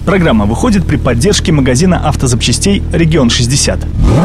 Программа выходит при поддержке магазина автозапчастей «Регион 60».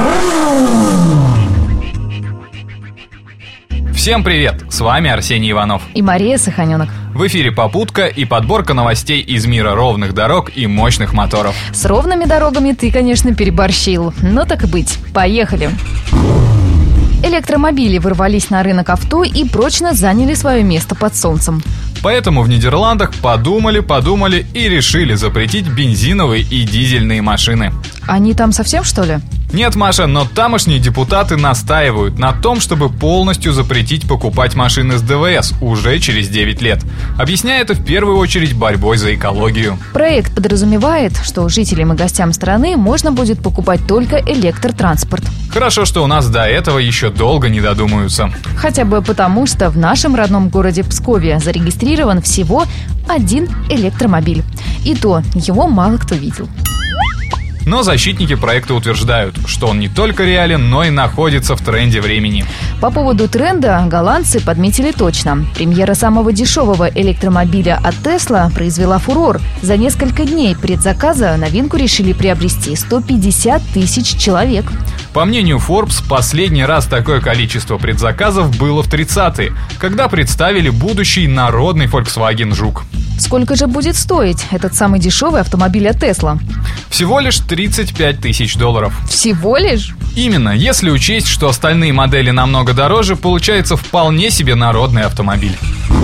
Всем привет! С вами Арсений Иванов и Мария Саханенок. В эфире «Попутка» и подборка новостей из мира ровных дорог и мощных моторов. С ровными дорогами ты, конечно, переборщил. Но так и быть, поехали! Электромобили ворвались на рынок авто и прочно заняли свое место под солнцем. Поэтому в Нидерландах подумали и решили запретить бензиновые и дизельные машины. Они там совсем, что ли? Нет, Маша, но тамошние депутаты настаивают на том, чтобы полностью запретить покупать машины с ДВС уже через 9 лет. Объясняя это в первую очередь борьбой за экологию. Проект подразумевает, что жителям и гостям страны можно будет покупать только электротранспорт. Хорошо, что у нас до этого еще долго не додумаются. Хотя бы потому, что в нашем родном городе Пскове зарегистрирован всего один электромобиль. И то его мало кто видел. Но защитники проекта утверждают, что он не только реален, но и находится в тренде времени. По поводу тренда голландцы подметили точно. Премьера самого дешевого электромобиля от Tesla произвела фурор. За несколько дней предзаказа новинку решили приобрести 150 тысяч человек. По мнению Forbes, последний раз такое количество предзаказов было в 30-е, когда представили будущий народный Volkswagen Жук. Сколько же будет стоить этот самый дешевый автомобиль от Tesla? Всего лишь $35 тысяч. Всего лишь? Именно, если учесть, что остальные модели намного дороже, получается вполне себе народный автомобиль.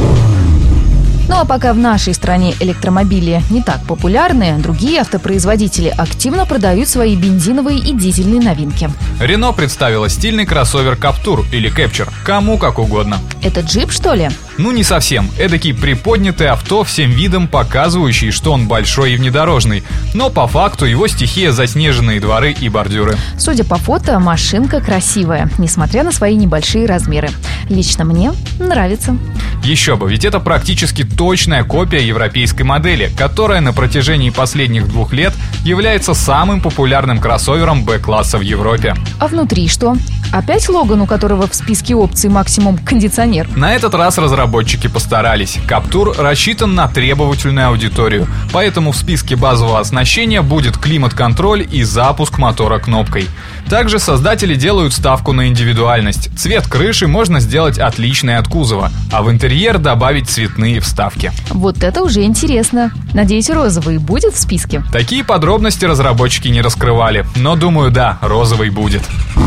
Ну а пока в нашей стране электромобили не так популярны, другие автопроизводители активно продают свои бензиновые и дизельные новинки. Renault представила стильный кроссовер Captur или Capture, кому как угодно. Это джип, что ли? Ну не совсем, эдакий приподнятый авто всем видом показывающий, что он большой и внедорожный, но по факту его стихия заснеженные дворы и бордюры. Судя по фото, машинка красивая, несмотря на свои небольшие размеры. Лично мне нравится. Еще бы, ведь это практически точная копия европейской модели, которая на протяжении последних 2 лет является самым популярным кроссовером Б-класса в Европе. А внутри что? Опять Логан, у которого в списке опций максимум кондиционер? На этот раз разработчики постарались. Captur рассчитан на требовательную аудиторию, поэтому в списке базового оснащения будет климат-контроль и запуск мотора кнопкой. Также создатели делают ставку на индивидуальность. Цвет крыши можно сделать отличный от кузова, а в интерьер добавить цветные вставки. Вот это уже интересно. Надеюсь, розовый будет в списке? Такие подробности разработчики не раскрывали, но думаю, да, розовый будет.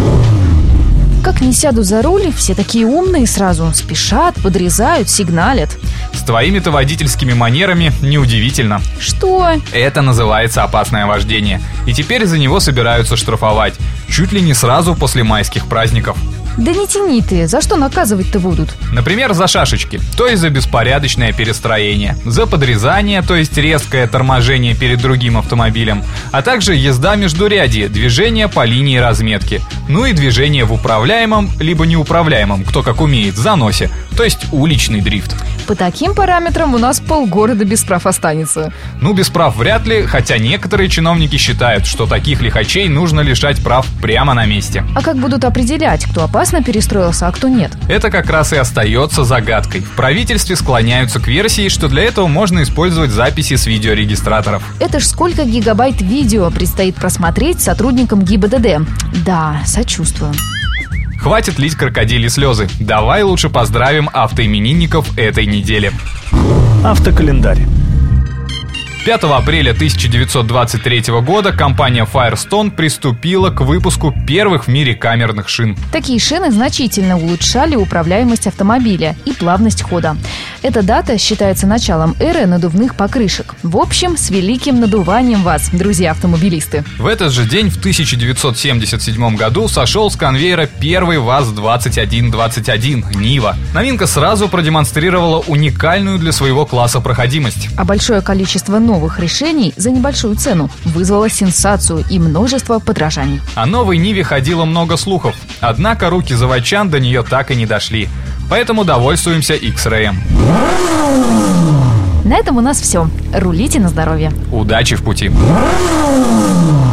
Как не сяду за руль, все такие умные сразу спешат, подрезают, сигналят. С твоими-то водительскими манерами неудивительно. Что? Это называется опасное вождение. И теперь за него собираются штрафовать. Чуть ли не сразу после майских праздников. Да не тяни ты, за что наказывать-то будут? Например, за шашечки, то есть за беспорядочное перестроение, за подрезание, то есть резкое торможение перед другим автомобилем, а также езда междурядье, движение по линии разметки, ну и движение в управляемом, либо неуправляемом, кто как умеет, заносе, то есть уличный дрифт. По таким параметрам у нас полгорода без прав останется. Ну, без прав вряд ли, хотя некоторые чиновники считают, что таких лихачей нужно лишать прав прямо на месте. А как будут определять, кто опасно перестроился, а кто нет? Это как раз и остается загадкой. В правительстве склоняются к версии, что для этого можно использовать записи с видеорегистраторов. Это ж сколько гигабайт видео предстоит просмотреть сотрудникам ГИБДД. Да, сочувствую. Хватит лить крокодильи слезы. Давай лучше поздравим автоименинников этой недели. Автокалендарь. 5 апреля 1923 года компания Firestone приступила к выпуску первых в мире камерных шин. Такие шины значительно улучшали управляемость автомобиля и плавность хода. Эта дата считается началом эры надувных покрышек. В общем, с великим надуванием вас, друзья автомобилисты. В этот же день, в 1977 году, сошел с конвейера первый ВАЗ-2121 «Нива». Новинка сразу продемонстрировала уникальную для своего класса проходимость. А большое количество новых решений за небольшую цену вызвало сенсацию и множество подражаний. О новой Ниве ходило много слухов, однако руки заводчан до нее так и не дошли. Поэтому довольствуемся X-Ray. На этом у нас все. Рулите на здоровье. Удачи в пути.